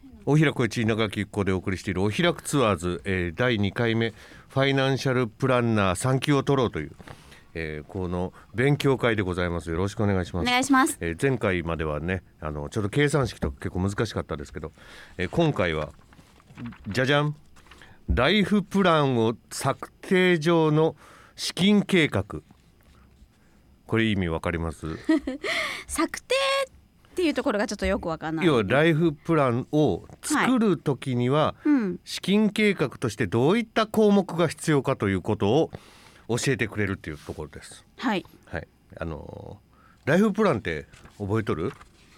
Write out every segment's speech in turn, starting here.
大平小市稲垣一行でお送りしているお開くツアーズ、第2回目ファイナンシャルプランナー3級を取ろうという、この勉強会でございます。よろしくお願いします。 お願いします。 前回まではねちょっと計算式とか結構難しかったですけど、今回はじゃじゃん、ライフプランを策定上の資金計画。これ意味わかります？ 策定っていうところがちょっとよくわかんない。 要はライフプランを作るときには、資金計画としてどういった項目が必要かということを教えてくれるっていうところです。 はい、 はい、ライフプランって覚えとる？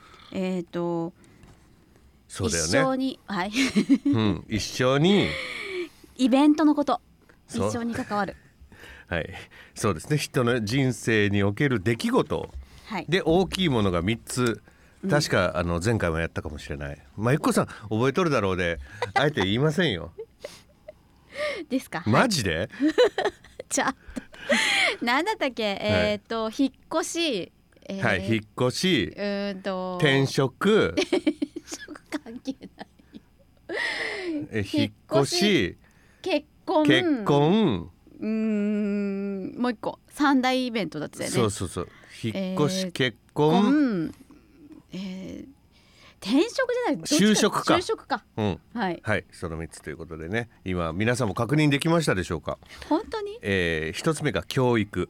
そうだよね。 一緒に、はい一緒にイベントのこと一緒に関わるはい、そうですね。人の人生における出来事、 はい、 で大きいものが3つ、確か前回もやったかもしれない。ゆっこさん覚えとるだろうであえて言いませんよですか？ マジで？ じゃあ何だったっけ？引っ越し、 はい、引っ越し、転職関係ない引っ越し、 結婚、もう一個3大イベントだったよね。 そう引っ越し、結婚、 転職じゃない、 就職か、 はい、 はい、その3つということでね、今皆さんも確認できましたでしょうか？ 本当に 1つ目が教育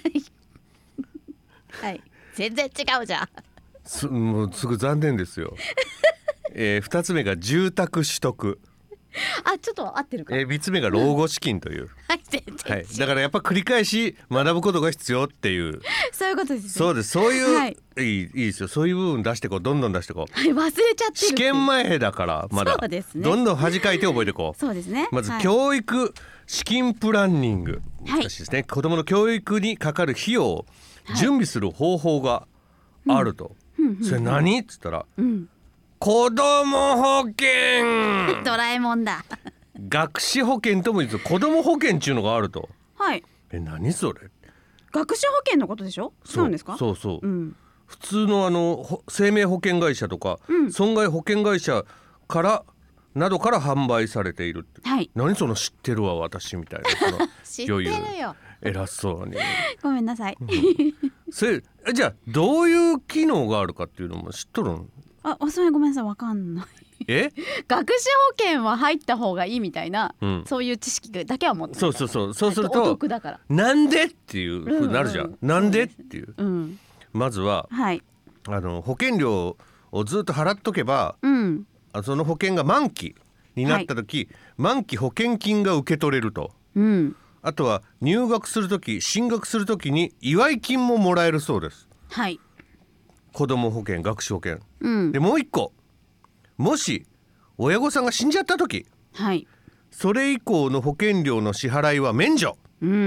はい全然違うじゃん。 もうすぐ残念ですよ2つ目が住宅取得、 ちょっと合ってるか。 3つ目が老後資金という、 はい、全然違う、 だからやっぱ繰り返し学ぶことが必要っていう、 そういうことですね。 そうです、そういう、 はい、 いいですよ。そういう部分出してこう、どんどん出してこう、 はい、忘れちゃってる。 試験前だからまだ、 そうですね、 どんどん恥かいて覚えてこう。 そうですね。 まず教育、資金プランニング、難しいですね、子どもの教育にかかる費用を準備する方法があると、それ何っつったら、子ども保険ドラえもんだ学資保険とも言うと子ども保険っていうのがあると。 はい。 何それ？ 学資保険のことでしょ？そうなんですか？ そう、普通の生命保険会社とか、損害保険会社からなどから販売されているって、 はい、 何その知ってるわ私みたいな知ってるよ偉そうにごめんなさいそれじゃあどういう機能があるかっていうのも知っとるの？ それごめんなさい、わかんない学資保険は入った方がいいみたいな、そういう知識だけは持ってない。 そうすると、 お得だからなんでっていう風になるじゃん、なんでっていう、まずは、 はい、 保険料をずっと払っとけば、その保険が満期になった時、満期保険金が受け取れると、あとは入学する時、進学する時に祝い金ももらえるそうです。 はい、 子ども保険、学資保険、でもう一個、もし親御さんが死んじゃった時、 はい、 それ以降の保険料の支払いは免除、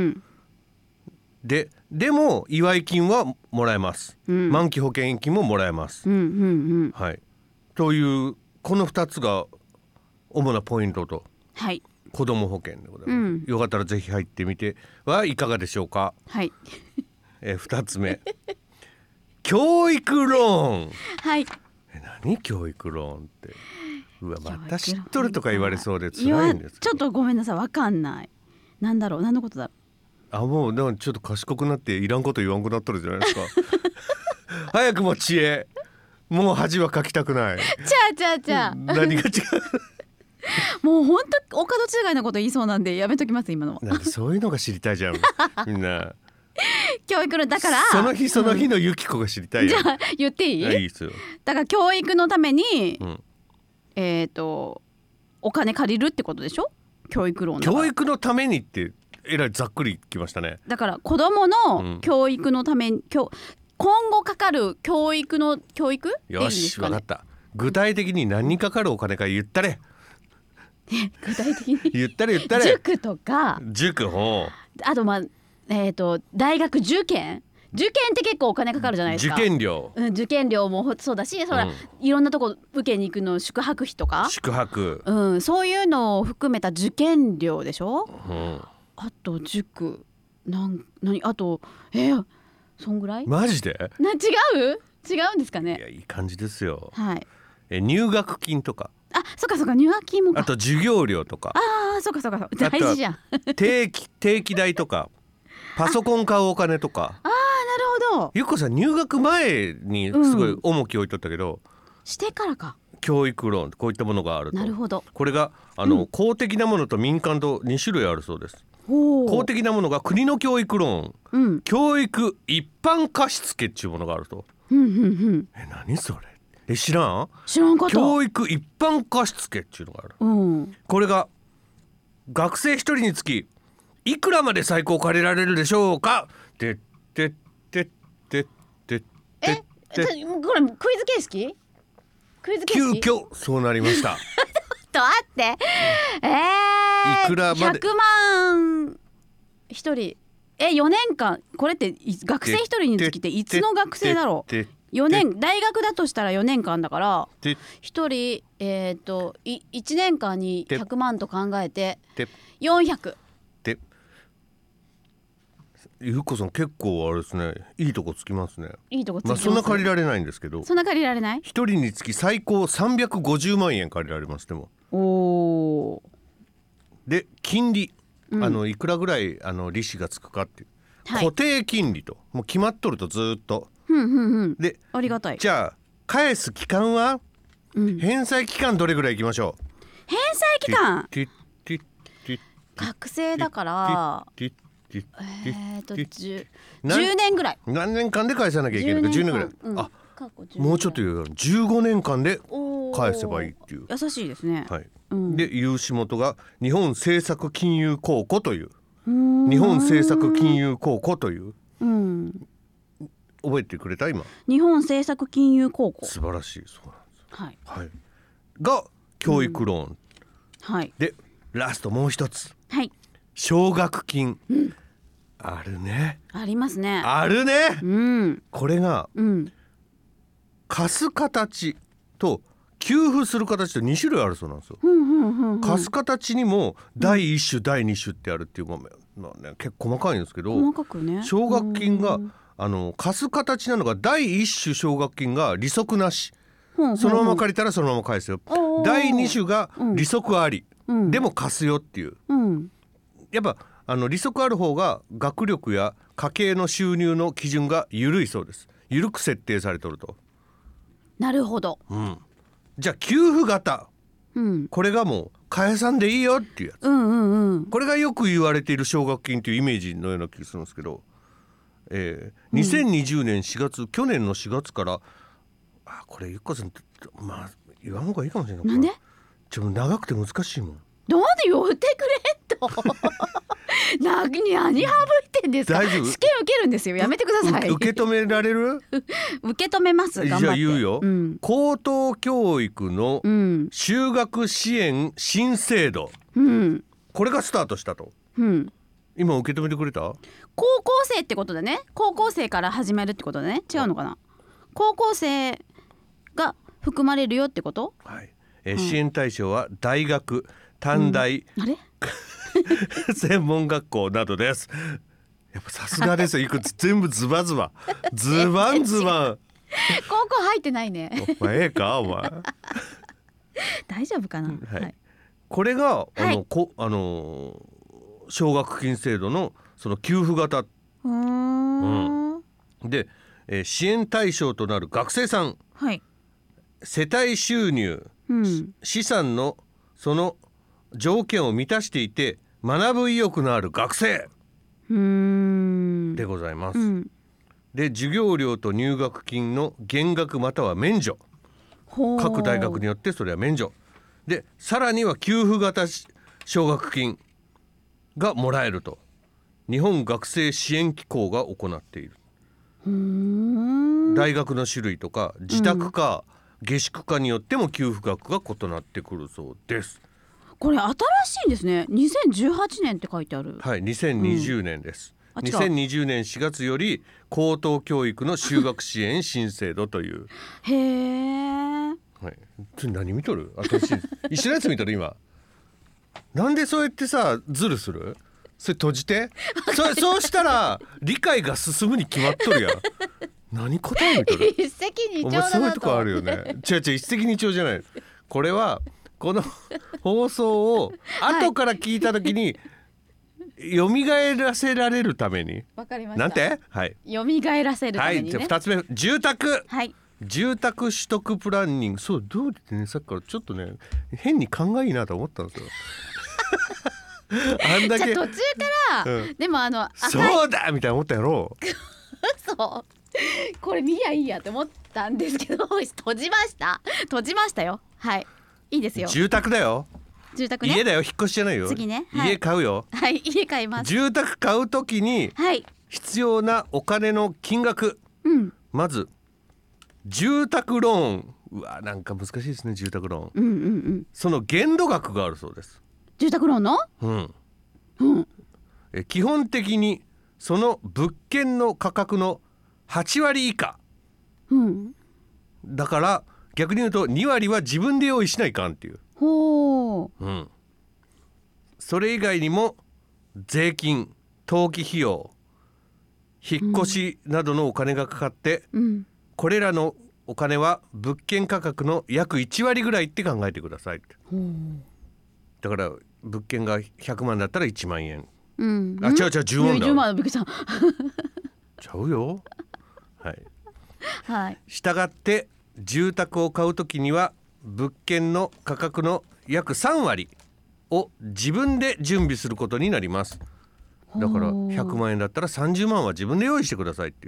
でも祝い金はもらえます、満期保険金ももらえます、はい、というこの2つが主なポイントと、はい、子ども保険でございます、よかったらぜひ入ってみてはいかがでしょうか？ はい、 2つ目教育ローン、 はい、 何教育ローンって、また知っとるとか言われそうで辛いんですけど、 ちょっとごめんなさい、わかんない。なんだろう、何のことだろう。 もうでもちょっと賢くなっていらんこと言わんくなっとるじゃないですか早くも知恵、もう恥はかきたくない。 じゃあ何が違うもう本当お門違いなこと言いそうなんでやめときます、今のは。 なんでそういうのが知りたいじゃんみんな教育のだからその日のゆき子が知りたいよ、 じゃあ言っていい？ いいですよ。 だから教育のために、お金借りるってことでしょ？教育ローンだから。 教育のためにってえらいざっくりきましたね。 だから子どもの教育のために、今後かかる教育の教育でいいんですかね？ よし、分かった。具体的に何にかかるお金か言ったれ具体的に言ったれ塾とか、あと大学受験って結構お金かかるじゃないですか。 受験料、 受験料もそうだし、いろんなとこ受けに行くの、宿泊費とか、そういうのを含めた受験料でしょ、あと塾あとそんぐらい？ マジで？ 違うんですかね？ いや、いい感じですよ、 はい、 入学金とかあ、そっかそっか、入学金もか。 あと授業料とか、 あ、そっかそっか、大事じゃん。 定期代とか、パソコン買うお金とか。 なるほど。 ゆっこさん入学前にすごい重きを置いとったけど、 してからか。 教育ローンこういったものがあると。 なるほど。 これが公的なものと民間と2種類あるそうです。公的なものが国の教育ローン、教育一般貸付っていうものがあると。何それ。知らん？ 知らんかった。 教育一般貸付っていうのがある。これが学生一人につきいくらまで最高借りられるでしょうか。これクイズ形式？ 急遽そうなりました。 ちょっと待って。 いくらまで 100万一人。4年間。これって学生一人につきっていつの学生だろう。4年、大学だとしたら4年間だから1人1年間に100万と考えて400。 ゆうこさん結構あれですね、いいとこつきますね。 いいとこつきます。 そんな借りられないんですけど。 そんな借りられない？ 一人につき最高350万円借りられます。でもで金利、いくらぐらい利子がつくかっていう、固定金利ともう決まっとるとずっと。でありがたい。 じゃあ返す期間は、返済期間どれぐらいいきましょう。 返済期間学生だから10年ぐらい。 何年間で返さなきゃいけないか。10年ぐらい、もうちょっと言う15年間で返せばいいっていう。 優しいですね。 で融資元が日本政策金融公庫という、日本政策金融公庫という、覚えてくれた？今日本政策金融公庫。 素晴らしい。そうなんです。が教育ローン、でラストもう一つ、奨学金、あるね。 ありますね。 あるね、これが、貸す形と給付する形と2種類あるそうなんですよ。貸す形にも第1種、第2種ってあるっていうのは、結構細かいんですけど、奨学金が貸す形なのが第1種奨学金が利息なし、そのまま借りたらそのまま返すよ。第2種が利息あり、でも貸すよっていう、やっぱ利息ある方が学力や家計の収入の基準が緩いそうです。緩く設定されとると。 なるほど、 じゃあ給付型、これがもう返さんでいいよっていうやつ、これがよく言われている奨学金というイメージのような気がするんですけど、2020年4月、去年の4月から、これゆっこさん言わん方がいいかもしれない。 なんで？ 長くて難しいもん。 どうで言ってくれと何省いてんですか。試験受けるんですよ。やめてください。 受け止められる？ 受け止めます。頑張って。 じゃあ言うよ、高等教育の就学支援新制度、これがスタートしたと、今受け止めてくれた？ 高校生ってことだね。高校生から始めるってことだね。違うのかな。高校生が含まれるよってこと？支援対象は大学、短大、専門学校などです。やっぱさすがですよ。全部ズバズバズバンズバン。高校入ってないね。 お前かお前。 大丈夫かな。 これが奨学金制度のその給付型、で、支援対象となる学生さん、世帯収入、資産のその条件を満たしていて学ぶ意欲のある学生でございます。で授業料と入学金の減額または免除、各大学によってそれは免除で、さらには給付型奨学金がもらえると日本学生支援機構が行っている。大学の種類とか自宅か、下宿かによっても給付額が異なってくるそうです。 これ新しいんですね。2018年って書いてある。 2020年です。2020年4月より高等教育の就学支援新制度というへえ、 何見とる？私一緒のやつ見とる今。なんでそうやってさズルする？それ閉じて。そうしたら理解が進むに決まっとるやん。何答え見とる？ 一石二鳥だなと。 そういうとこあるよね。違う一石二鳥じゃない。これはこの放送を後から聞いた時に蘇らせられるために、 わかりました。 なんて、はい、 蘇らせるためにね。 はい、2つ目、住宅、 はい、 住宅取得プランニング。そうどうってね、さっきからちょっとね変に勘いいなと思ったんですよあんだけじゃあ途中から、でもそうだみたいな思ったやろそうこれ見りゃいいやって思ったんですけど閉じましたよ。はい、いいですよ。 住宅だよ。 住宅ね。 家だよ、引っ越しじゃないよ。 次ね、 はい、家買うよ。 はい、家買います。 住宅買うときに必要なお金の金額、まず住宅ローン。うわ、なんか難しいですね、住宅ローン。その限度額があるそうです。 住宅ローンの、 基本的にその物件の価格の8割以下、だから逆に言うと2割は自分で用意しないかんっていう。それ以外にも税金、登記費用、引っ越しなどのお金がかかって、これらのお金は物件価格の約1割ぐらいって考えてください。だから物件が100万だったら1万円、違う10万だ。 10万びっくりしたちゃうよ。 はい。 したがって住宅を買うときには物件の価格の約3割を自分で準備することになります。だから100万円だったら30万は自分で用意してくださいっていう。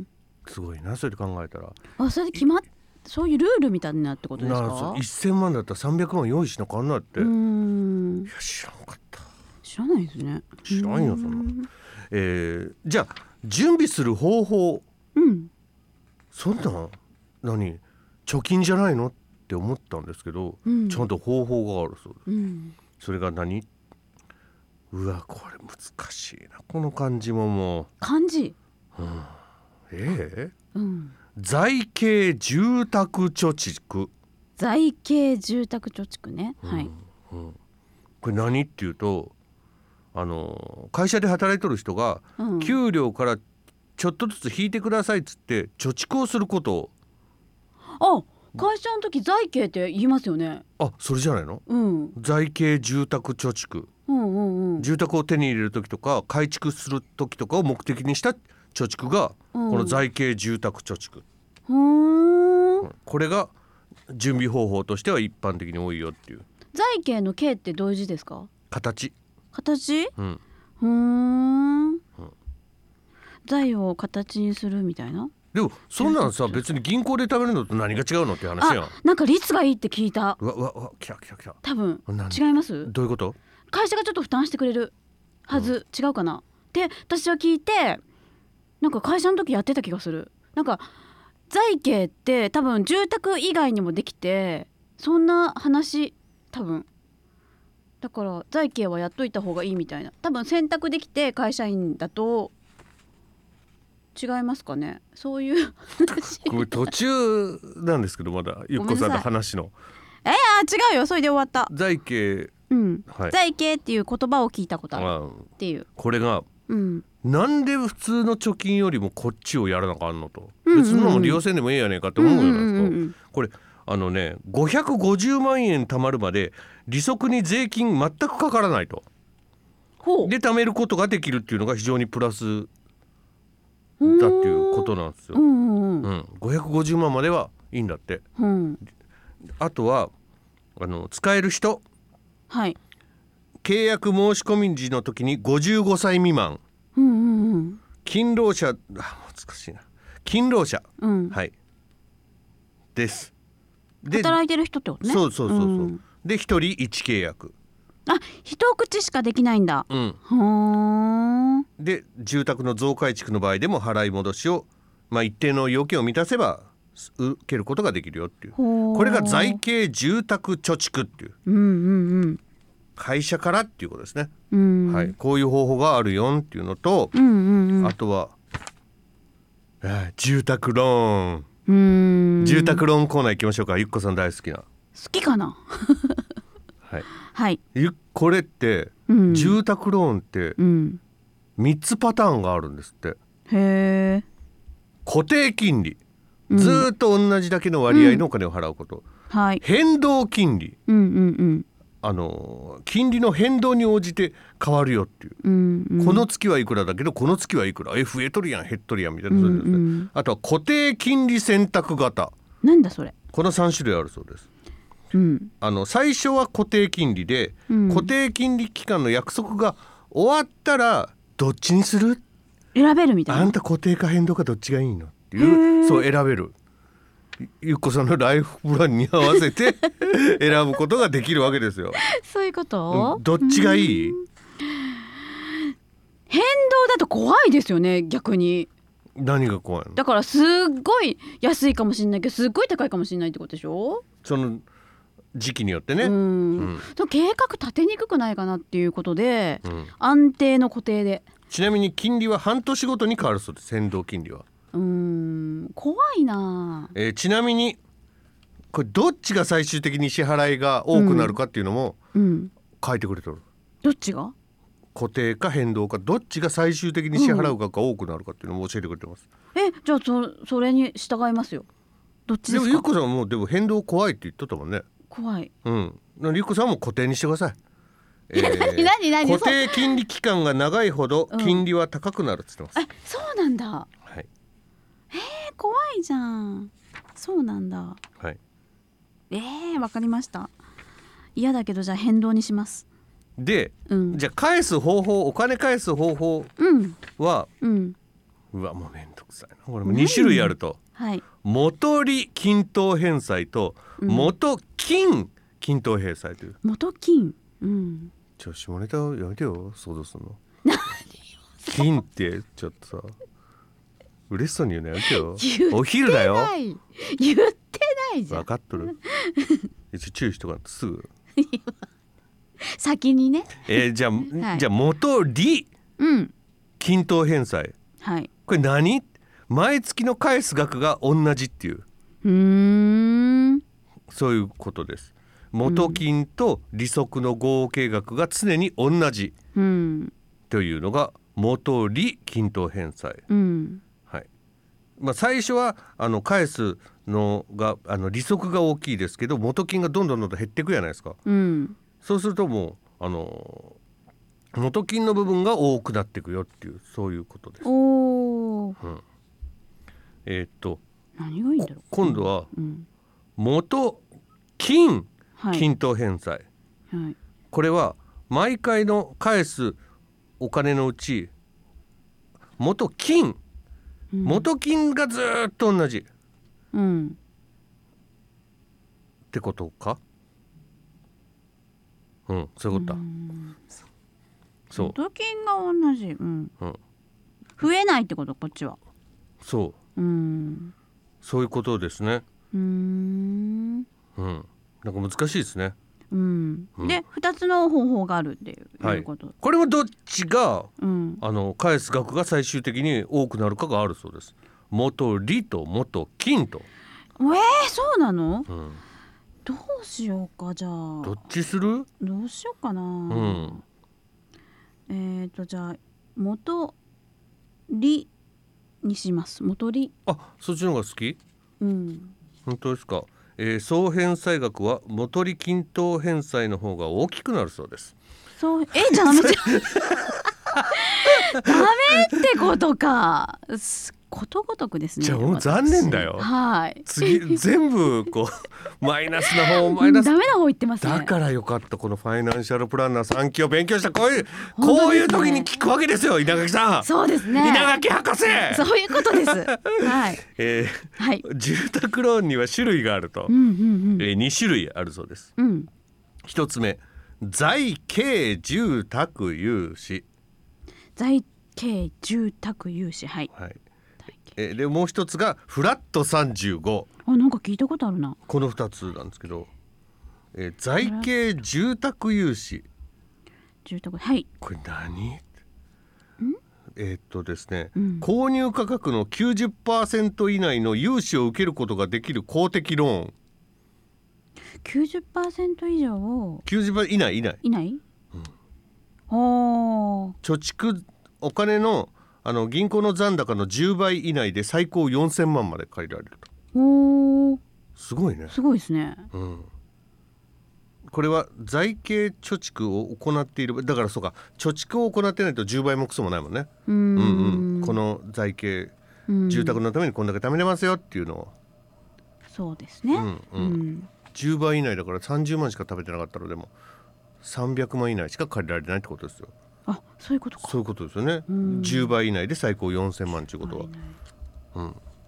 すごいな、それで考えたら。 それでそういうルールみたいなってことですか。 1000万だったら300万用意しなかんなって。いや、知らんかった。 知らないですね。 知らんよそんな。じゃあ準備する方法、そんな何貯金じゃないのって思ったんですけど、ちゃんと方法があるそうです。それが何？うわ、これ難しいな、この漢字も。もう漢字、 財形住宅貯蓄。 財形住宅貯蓄ね、 これ何っていうと、会社で働いてる人が、給料からちょっとずつ引いてくださいっつって貯蓄をすることを。 会社の時財形って言いますよね。 それじゃないの？財形住宅貯蓄、住宅を手に入れる時とか改築する時とかを目的にした貯蓄が、この財形住宅貯蓄、これが準備方法としては一般的に多いよっていう。 財形の形ってどういう字ですか？ 形。 財を形にするみたいな。 でもそんなんさ、別に銀行で食べるのと何が違うのって話やん。 なんか率がいいって聞いた。 来た。 多分違います？ どういうこと？ 会社がちょっと負担してくれるはず、違うかなって私は聞いて、なんか会社の時やってた気がする。なんか財形って多分住宅以外にもできて、そんな話多分だから財形はやっといた方がいいみたいな。多分選択できて会社員だと。違いますかね、そういう話。途中なんですけど、まだゆっこさんの話の。 違うよ、それで終わった。 財形、 財形っていう言葉を聞いたことあるっていう。 これが、なんで普通の貯金よりもこっちをやらなあかんのと、別のも利用せんでもええやねんかって思うじゃないですか。これ550万円貯まるまで利息に税金全くかからないと。で貯めることができるっていうのが非常にプラスだっていうことなんですよ。550万まではいいんだって。あとは使える人、契約申し込み時の時に55歳未満、勤労者、難しいな、勤労者、です。 で働いてる人ってことね。 そう。で1人1契約。 一口しかできないんだ。 で住宅の増改築の場合でも払い戻しを、一定の要件を満たせば受けることができるよっていう。これが財形住宅貯蓄っていう、会社からっていうことですね。こういう方法があるよっていうのと、あとは、住宅ローン。住宅ローンコーナー行きましょうか。ゆっこさん大好きな。好きかなこれって、住宅ローンって3つパターンがあるんですって。固定金利、ずっと同じだけの割合のお金を払うこと。 はい、 変動金利、 うんうんうん、 金利の変動に応じて変わるよっていう、 うんうん、 この月はいくらだけどこの月はいくら、増えとるやん減っとるやんみたいな、そういうですね、うんうん、あとは固定金利選択型、 なんだそれ、 この3種類あるそうです、 うん、 最初は固定金利で、うん、固定金利期間の約束が終わったらどっちにする、 選べるみたいな、 あんた固定か変動かどっちがいいのっていう、そう選べる、ゆっこさんのライフプランに合わせて選ぶことができるわけですよ。 そういうこと、 どっちがいい？ 変動だと怖いですよね、逆に。 何が怖いの？ だからすっごい安いかもしれないけどすっごい高いかもしれないってことでしょ、 その時期によってね、 計画立てにくくないかなっていうことで、安定の固定で。 ちなみに金利は半年ごとに変わるそうです、変動金利は。 怖いな、 ちなみにこれどっちが最終的に支払いが多くなるかっていうのも書いてくれてる、 どっちが固定か変動かどっちが最終的に支払う額が多くなるかっていうのも教えてくれてます、 じゃあそれに従いますよ。どっちですか？ でもゆっこさんはもうでも変動怖いって言っとったもんね。 怖い。 ゆっこさんも固定にしてください。 何固定金利期間が長いほど金利は高くなるって言ってます、 そうなんだ、 はい、 怖いじゃん。そうなんだ、 はい、 わかりました。嫌だけどじゃあ変動にします。 で、じゃあ返す方法、お金返す方法は、うわもうめんどくさいな、これも2種類あると、 はい、 元利均等返済と元金均等返済という、 元金、 下ネタやめてよ、想像するの金ってちょっとさ嬉しそうに言うのやめてよ。お昼だよ。 言ってないじゃん。 分かっとる一応注意しとかんとすぐ先にね、 じゃあ元利、均等返済、 はい、 これ何？毎月の返す額が同じっていう、そういうことです。元金と利息の合計額が常に同じというのが元利均等返済、はい、最初は返すのが利息が大きいですけど元金がどんどん減っていくじゃないですか、そうするともう元金の部分が多くなっていくよっていう、そういうことです。 何がいいんだろう。 今度は、元金均等返済、これは毎回の返すお金のうち元金がずっと同じ、ってことか。そういうことだ。 元金が同じ、増えないってこと、こっちは。 そう、そういうことですね。なんか難しいですね。 で2つの方法があるっていうこと、 これもどっちが、返す額が最終的に多くなるかがあるそうです。元利と元金と。 そうなの、どうしようか。じゃあどっちする？ どうしようかな、じゃあ元利にします。元利。 そっちの方が好き？本当ですか。総返済額は元利均等返済の方が大きくなるそうです。 じゃあダメってことか。ことごとくですね。 じゃあもう残念だよ。次全部マイナスな方ダメな方言ってますね。 だからよかった、このファイナンシャルプランナー3期を勉強したこういう時に聞くわけですよ、稲垣さん。 そうですね、 稲垣博士。 そういうことです住宅ローンには種類があると、2種類あるそうです。1つ目、財形住宅融資。 財形住宅融資、 でもう一つがフラット35。 なんか聞いたことあるな。 この2つなんですけど、財形住宅融資、これ何？ですね、購入価格の 90% 以内の融資を受けることができる公的ローン。 90% 以上。 90% 以内、貯蓄お金の銀行の残高の10倍以内で最高4000万まで借りられると。 すごいね。 すごいですね。 これは財形貯蓄を行っている、だからそうか、貯蓄を行ってないと10倍もクソもないもんね。この財形、住宅のためにこんだけ貯めれますよっていうのを。 そうですね。 10倍以内だから30万しか食べてなかったら、でも300万以内しか借りられないってことですよ。 あ、そういうことか。 そういうことですよね。10倍以内で最高4000万ということは。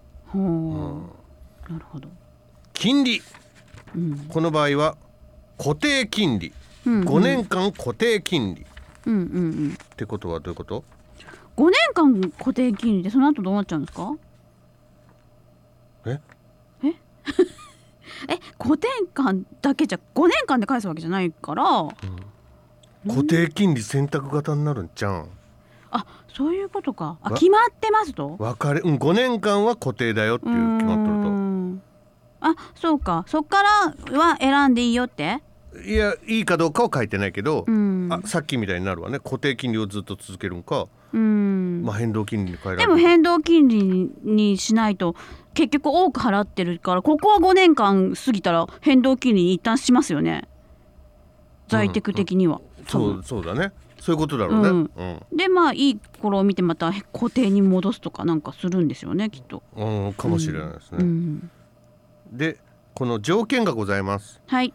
なるほど。 金利、この場合は固定金利、5年間固定金利、ってことはどういうこと？ 5 年間固定金利でその後どうなっちゃうんですか？5年間だけじゃ5年間で返すわけじゃないから、 固定金利選択型になるんじゃん。 あ、そういうことか。あ、決まってますと。 5年間は固定だよっていう決まっとると。 あ、そうか。そっからは選んでいいよって。 いや、いいかどうかは書いてないけど、さっきみたいになるわね。固定金利をずっと続けるんか、変動金利に変えられる。 でも変動金利にしないと結局多く払ってるから、ここは5年間過ぎたら変動金利に一旦しますよね、在宅的には。 そうだね。そういうことだろうね。 で、まあいい頃を見てまた固定に戻すとかなんかするんですよね、きっと。 かもしれないですね。で、この条件がございます。 はい。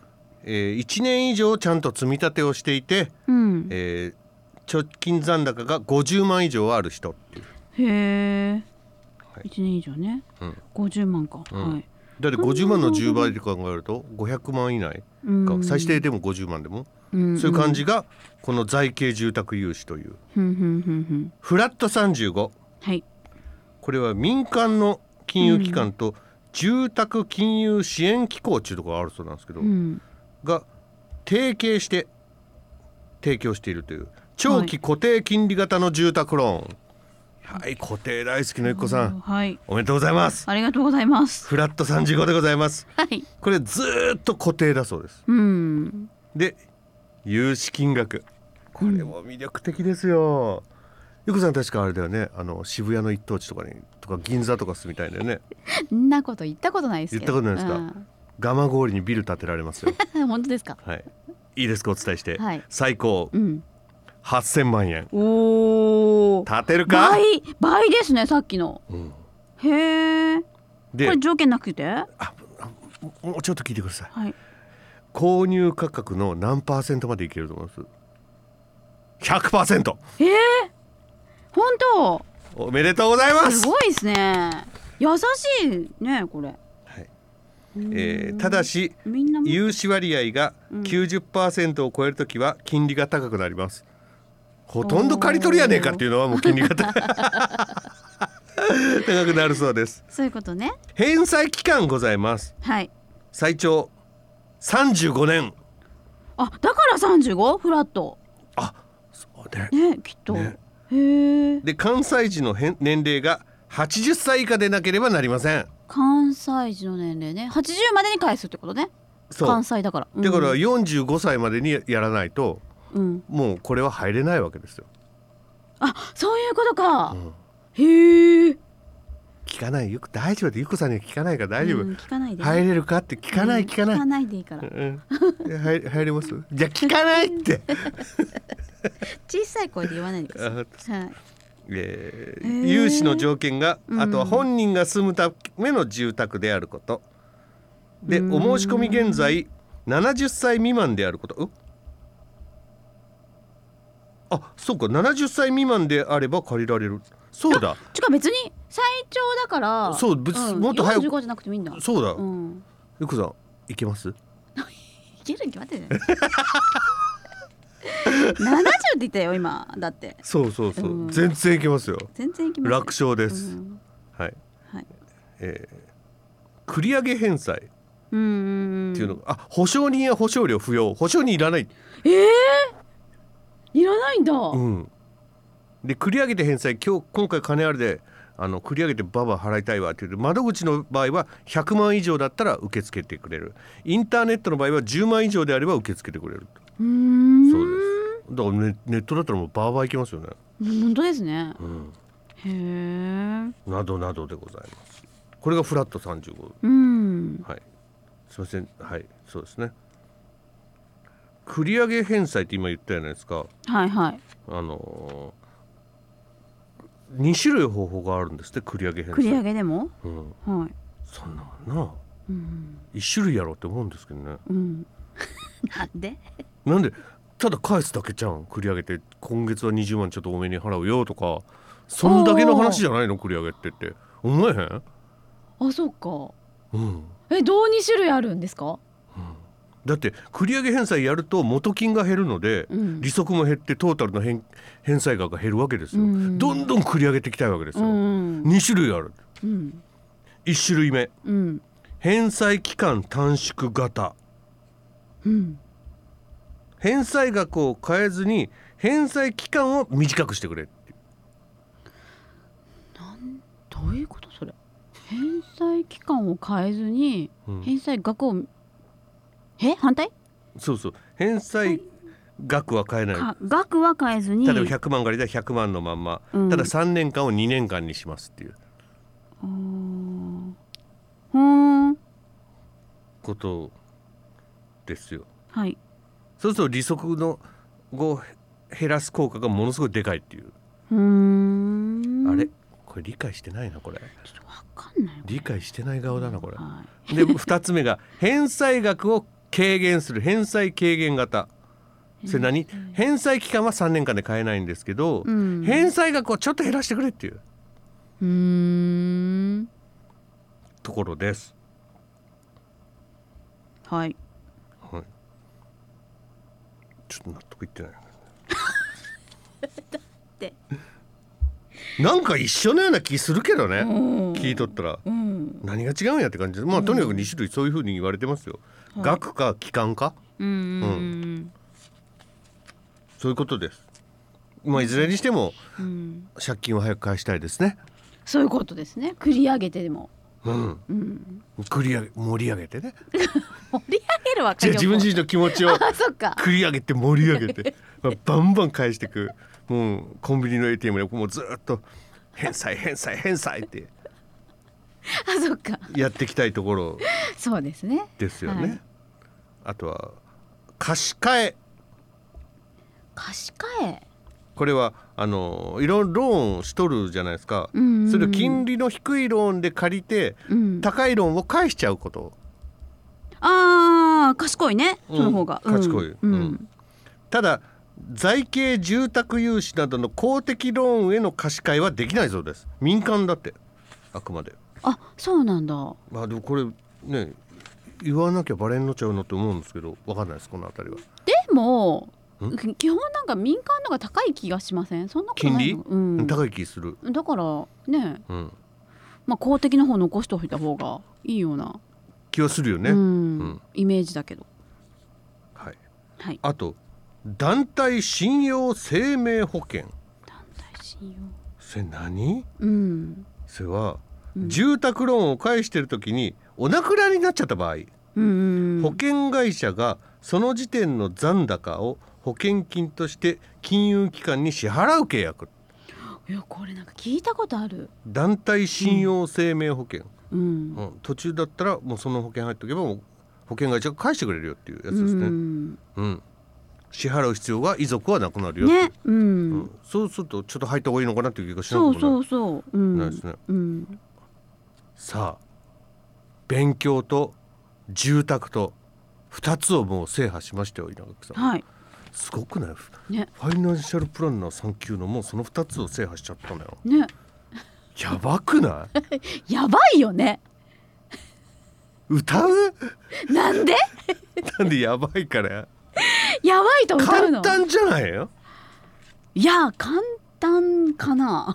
1年以上ちゃんと積み立てをしていて、貯金残高が50万以上ある人っていう。 へえ、1年以上ね。50万か。はい。 だって50万の10倍で考えると500万以内か、最低でも50万でも、そういう感じがこの財形住宅融資というフラット35、 はい、 これは民間の金融機関と住宅金融支援機構っていうところがあるそうなんですけど、が提携して提供しているという長期固定金利型の住宅ローン。はい、固定大好きのゆっこさん、おめでとうございます。 ありがとうございます。 フラット35でございます。 はい、 これずっと固定だそうです。で、融資金額、これも魅力的ですよ。ゆっこさん確かあれだよね、渋谷の一等地とか銀座とか住みたいんだよね。 そんなこと言ったことないですけど。 言ったことないですか？蒲郡にビル建てられますよ。 本当ですか？ はい、いいですか、お伝えして、最高、8000万円。 おー、 建てるか？ 倍ですね、さっきの。へえ。で、これ条件なくて？ もうちょっと聞いてください。購入価格の何%までいけると思います？ 100%。 本当？ おめでとうございます。 すごいですね。優しいね、これ。 ただし融資割合が 90% を超えるときは金利が高くなります。ほとんど借り取りやねえかっていうのはもう金利が高くなるそうです。 そういうことね。 返済期間ございます。最長35年。 だから 35？ フラット。 そうね、きっと。へえ。 で、関西時の年齢が80歳以下でなければなりません。 関西時の年齢ね、80までに返すってことね。関西だから。 だから45歳までにやらないと、もうこれは入れないわけですよ。 そういうことか。へえ。 聞かない、大丈夫で、ゆっこさんには聞かないから大丈夫。 聞かないで。 入れるかって聞かない。 聞かないでいいから。 入れます？じゃあ聞かないって。 小さい声で言わないでください。 融資の条件が、あとは本人が住むための住宅であることで、お申し込み現在70歳未満であること。そうか、70歳未満であれば借りられる。そうだ。 別に最長だから。 そう、もっと早く。 45じゃなくてもいいんだ。 そうだ。ゆっこさん、いけます？ いけるに決まってるじゃない。70って言ったよ今だって。そう、 全然いけますよ。 全然いけます。 楽勝です。はい。繰り上げ返済っていうのが、保証人や保証料不要。保証人いらない。 いらないんだ。 で、繰り上げて返済、今回金あるで繰り上げてババ払いたいわっていう窓口の場合は100万以上だったら受け付けてくれる。インターネットの場合は10万以上であれば受け付けてくれる。そうです。だからネットだったらもうバーバーいけますよね。 本当ですね。へえ。 などなどでございます。これがフラット35。 すいません、はい、そうですね。繰上返済って今言ったじゃないですか。 はいはい。 2種類方法があるんですって、繰上返済。 繰上でも、 はい、そんなもんな、1種類やろうって思うんですけどね、なんでただ返すだけじゃん。繰り上げて今月は20万ちょっと多めに払うよとか、そんだけの話じゃないの繰り上げって思えへん？あ、 そうか、どう2種類あるんですか？ だって繰上返済やると元金が減るので、利息も減ってトータルの返済額が減るわけですよ、どんどん繰り上げていきたいわけですよ、2種類ある、1種類目、返済期間短縮型、返済額を変えずに返済期間を短くしてくれっていう。 どういうことそれ？返済期間を変えずに返済額を、反対？ そうそう、返済額は変えない、 額は変えずに、 例えば100万借りたら100万のまんま、ただ3年間を2年間にしますっていうことですよ。 はい。 そうすると利息のを減らす効果がものすごいでかいっていう。あれこれ理解してないな、これちょっと分かんない、 理解してない顔だなこれ、で2つ目が返済額を軽減する返済軽減型。それ何？返済期間は3年間で変えないんですけど、返済額をちょっと減らしてくれっていうところです。 はい、 はい、ちょっと納得いってないだってなんか一緒のような気するけどね、聞いとったら、何が違うんやって感じで、まあとにかく2種類そういう風に言われてますよ、額か期間か、そういうことです。まあいずれにしても、借金を早く返したいですね。 そういうことですね。繰り上げてでも、 繰り上げ盛り上げてね盛り上げるわけ。 自分自身の気持ちを繰り上げて盛り上げてバンバン返していく。もうコンビニの ATM でもうずっと返済返済返済ってそっかやっていきたいところそうですね。 ですよね。あとは貸し替え。これはいろいろローンしとるじゃないですか、それを金利の低いローンで借りて、高いローンを返しちゃうこと。 賢いね、その方が、 賢い、ただ財形住宅融資などの公的ローンへの貸し替えはできないそうです。民間だって、あくまで。 そうなんだ。 でもこれね言わなきゃバレんのちゃうのって思うんですけど、分かんないですこのあたりは。 でも基本なんか民間のが高い気がしません？そんなことないの？ 金利、高い気する。 だからね、まあ公的な方残しておいた方がいいような気はするよね、 イメージだけど。 はい、あと団体信用生命保険。 団体信用、 それ何？それは、住宅ローンを返してる時にお亡くなりになっちゃった場合、保険会社がその時点の残高を保険金として金融機関に支払う契約。 いやこれなんか聞いたことある。 団体信用生命保険、途中だったらもうその保険入っておけばもう保険会社が返してくれるよっていうやつですね。支払う必要が遺族はなくなるよって、そうするとちょっと入った方がいいのかなっていう気がしなくもないですね。さあ勉強と住宅と2つをもう制覇しましたよ稲垣さん。すごくない？ファイナンシャルプランナー3級のもうその2つを制覇しちゃったのよ。やばくない？ やばいよね。 歌う？ なんでなんでやばいからやばいと歌うの？ 簡単じゃないよ。 いや簡単かな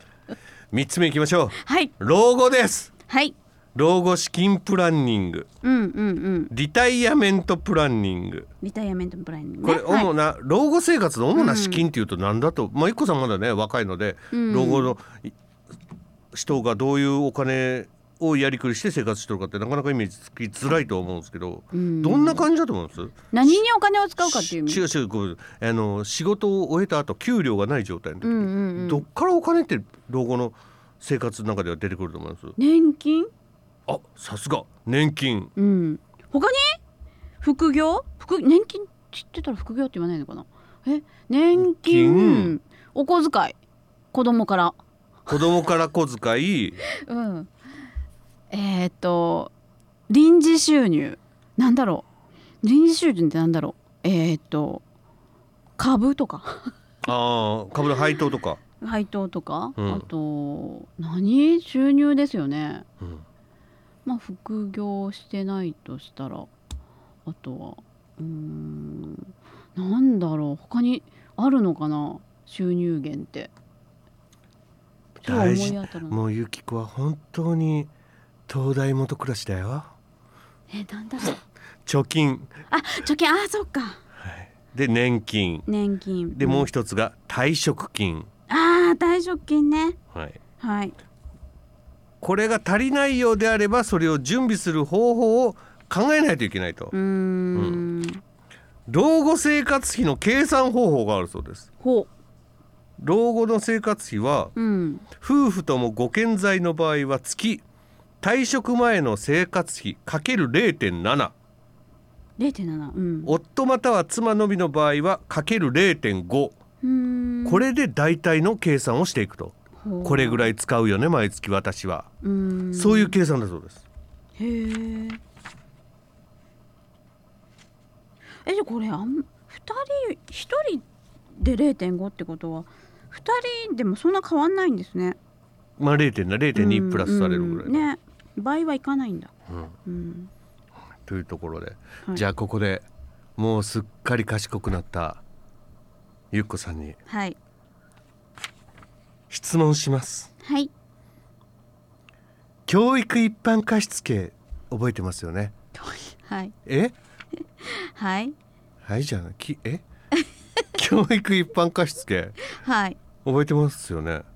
3つ目いきましょう。 はい、 老後です。 はい、 老後資金プランニング、リタイアメントプランニング。これ主な、老後生活の主な資金っていうと何だと、一個さんまだね若いので、老後の人がどういうお金をやりくりして生活してるかってなかなかイメージつきづらいと思うんですけど、どんな感じだと思います？何にお金を使うかっていう意味？ 違う、仕事を終えた後給料がない状態の時、どっからお金って老後の生活の中では出てくると思います？ 年金？ さすが年金、 他に副業年金知ってたら副業って言わないのかな。年金、お小遣い、子供から小遣い、 臨時収入、なんだろう、臨時収入ってなんだろう、株とか株の配当とか、 あと収入ですよね、まあ副業してないとしたら、あとはなんだろう、他にあるのかな、収入源って。 大事。もうゆき子は本当に東大元暮らしだよ。 なんだろう貯金、 そっか、 で年金で、もう一つが退職金。 退職金ね。 これが足りないようであれば、それを準備する方法を考えないといけないと。老後生活費の計算方法があるそうです。老後の生活費は、夫婦ともご健在の場合は月退職前の生活費 ×0.7、夫または妻のみの場合は ×0.5、これで大体の計算をしていくと。これぐらい使うよね毎月私は、そういう計算だそうです。 じゃあこれ1人で 0.5 ってことは2人でもそんな変わんないんですね。 0.2 プラスされるぐらい、 ね、倍はいかないんだ、 というところで、じゃあここでもうすっかり賢くなったゆっこさんに質問します。教育一般貸付覚えてますよね。じゃない教育一般貸付覚えてますよね。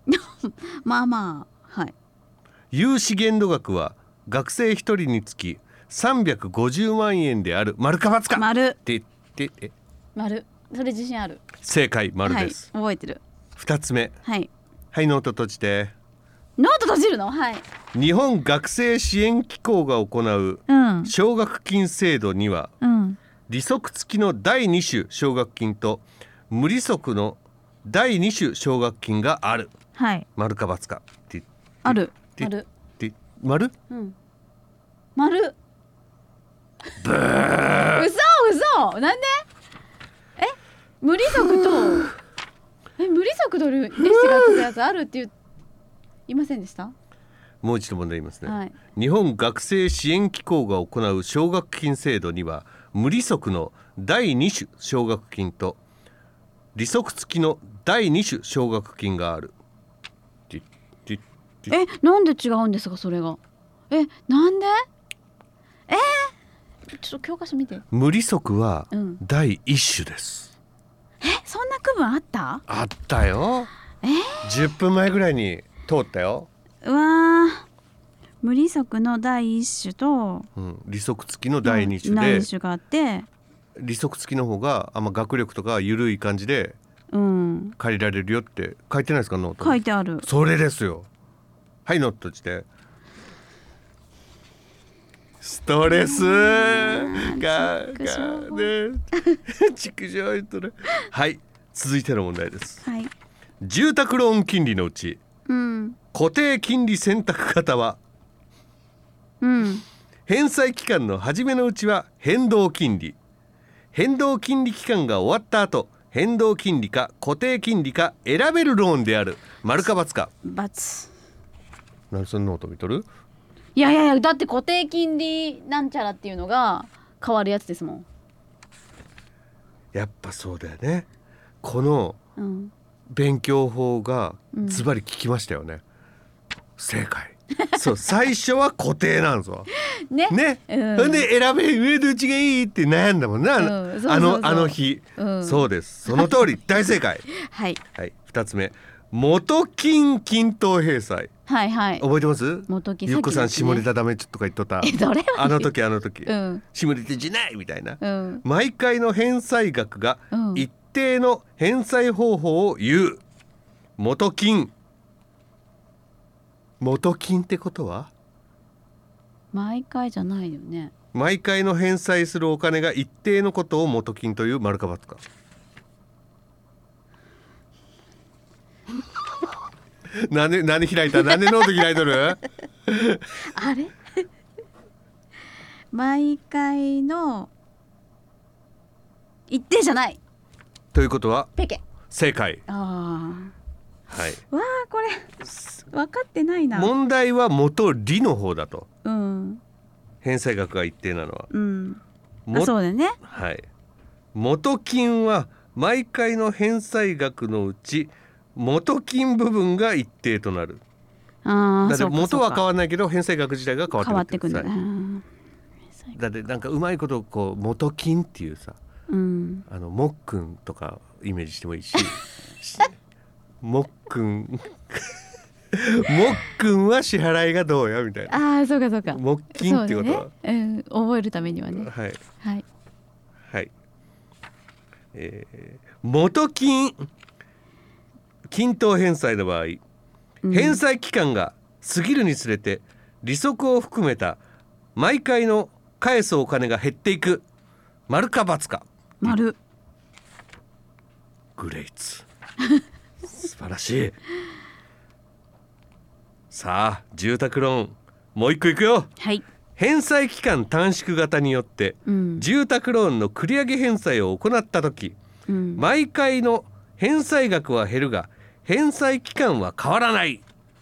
融資限度額は学生1人につき350万円である。丸か×か。 丸。それ自信ある。 正解、丸です。 覚えてる。 2つ目。ノート閉じて。 ノート閉じるの？ 日本学生支援機構が行う奨学金制度には、利息付きの第2種奨学金と無利息の第2種奨学金がある。丸か×か。 ある。 丸？ 丸。嘘なんで？無利息と無利息と利子がつくやつあるって言いませんでした？ もう一度問題言いますね、日本学生支援機構が行う奨学金制度には無利息の第2種奨学金と利息付きの第2種奨学金がある。 なんで違うんですかそれが。なんで？ちょっと教科書見て。 無利息は第1種です。 そんな区分あった？ あったよ。10分前ぐらいに通ったよ。 無利息の第1種と、 利息付きの第2種で、 第2種があって、 利息付きの方が学力とか緩い感じで借りられるよって書いてないですか？ノート書いてある。 それですよ。ノート閉じて。ストレスがね畜生言っとる。続いての問題です。住宅ローン金利のうち、固定金利選択型は、返済期間の初めのうちは変動金利、変動金利期間が終わった後変動金利か固定金利か選べるローンである。丸か×か。 ×。 何そのノート見とる？ いやだって固定金利なんちゃらっていうのが変わるやつですもん。 やっぱそうだよね。この勉強法がズバリ効きましたよね、正解。そう最初は固定なんですわね。で選べ上どっちがいいって悩んだもんね、あの日、そうです、その通り大正解。2つ目、元金均等返済。覚えてます？ 元金、 ゆっこさん下ネタダメとか言っとった。あの時、下ネタじゃないみたいな、毎回の返済額が一定の返済方法を言う。元金ってことは毎回じゃないよね。 毎回の返済するお金が一定のことを元金という。丸か×か。何開いた？何ノート開いとる？ あれ毎回の一定じゃないということはペケ。 正解。 はい。 わあ、これ分かってないな。 問題は元利の方だと。 うん。 返済額が一定なのは。 うん。そうだね。 はい。元金は毎回の返済額のうち元金部分が一定となる。だって元は変わらないけど返済額自体が変わってくる。だってなんかうまいことこう元金っていうさ、もっくんとかイメージしてもいいしもっくんは支払いがどうやみたいな。 ああ、そうかそうか。 木金ってことは、 覚えるためにはね。 はいはいはい。元金均等返済の場合、返済期間が過ぎるにつれて利息を含めた毎回の返すお金が減っていく。丸か×か。 丸。 グレイツ素晴らしい。さあ住宅ローンもう一個いくよ。 はい。 返済期間短縮型によって、住宅ローンの繰り上げ返済を行った時、毎回の返済額は減るが返済期間は変わらない。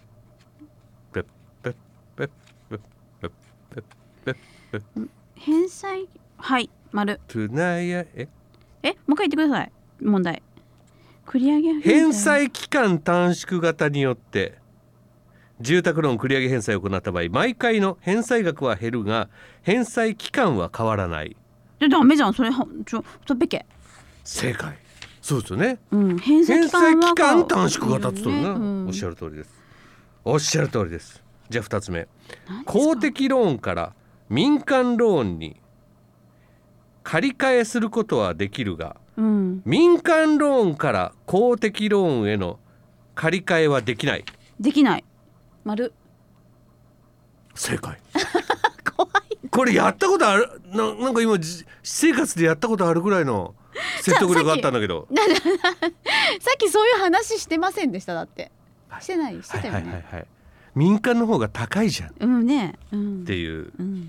返済、はい丸。 トゥナイヤもう一回言ってください。問題。繰り上げ返済期間短縮型によって住宅ローン繰り上げ返済を行った場合、毎回の返済額は減るが返済期間は変わらない。 ダメじゃんそれ。べけ。 正解。そうですよね。 返済期間短縮型って言ったのね。おっしゃる通りです。おっしゃる通りです。じゃあ2つ目。公的ローンから民間ローンに借り換えすることはできるが、民間ローンから公的ローンへの借り換えはできない。 できない。丸。 正解。 怖い。 これやったことある？なんか今私生活でやったことあるぐらいの説得力があったんだけど。 さっきそういう話してませんでした？だってしてない。してたよね。 はい。民間の方が高いじゃん。 ね。 っていう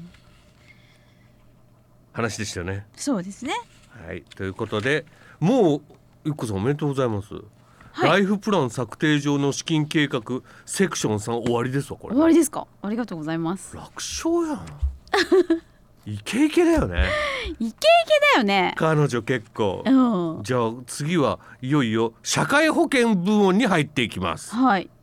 話でしたよね。 そうですね。 はい。ということでもうゆっこさんおめでとうございます。ライフプラン策定上の資金計画セクション3終わりですわ。これ終わりですか？ありがとうございます。 楽勝やん。イケイケだよね。 イケイケだよね。 彼女結構。じゃあ次はいよいよ社会保険部門に入っていきます。 はい。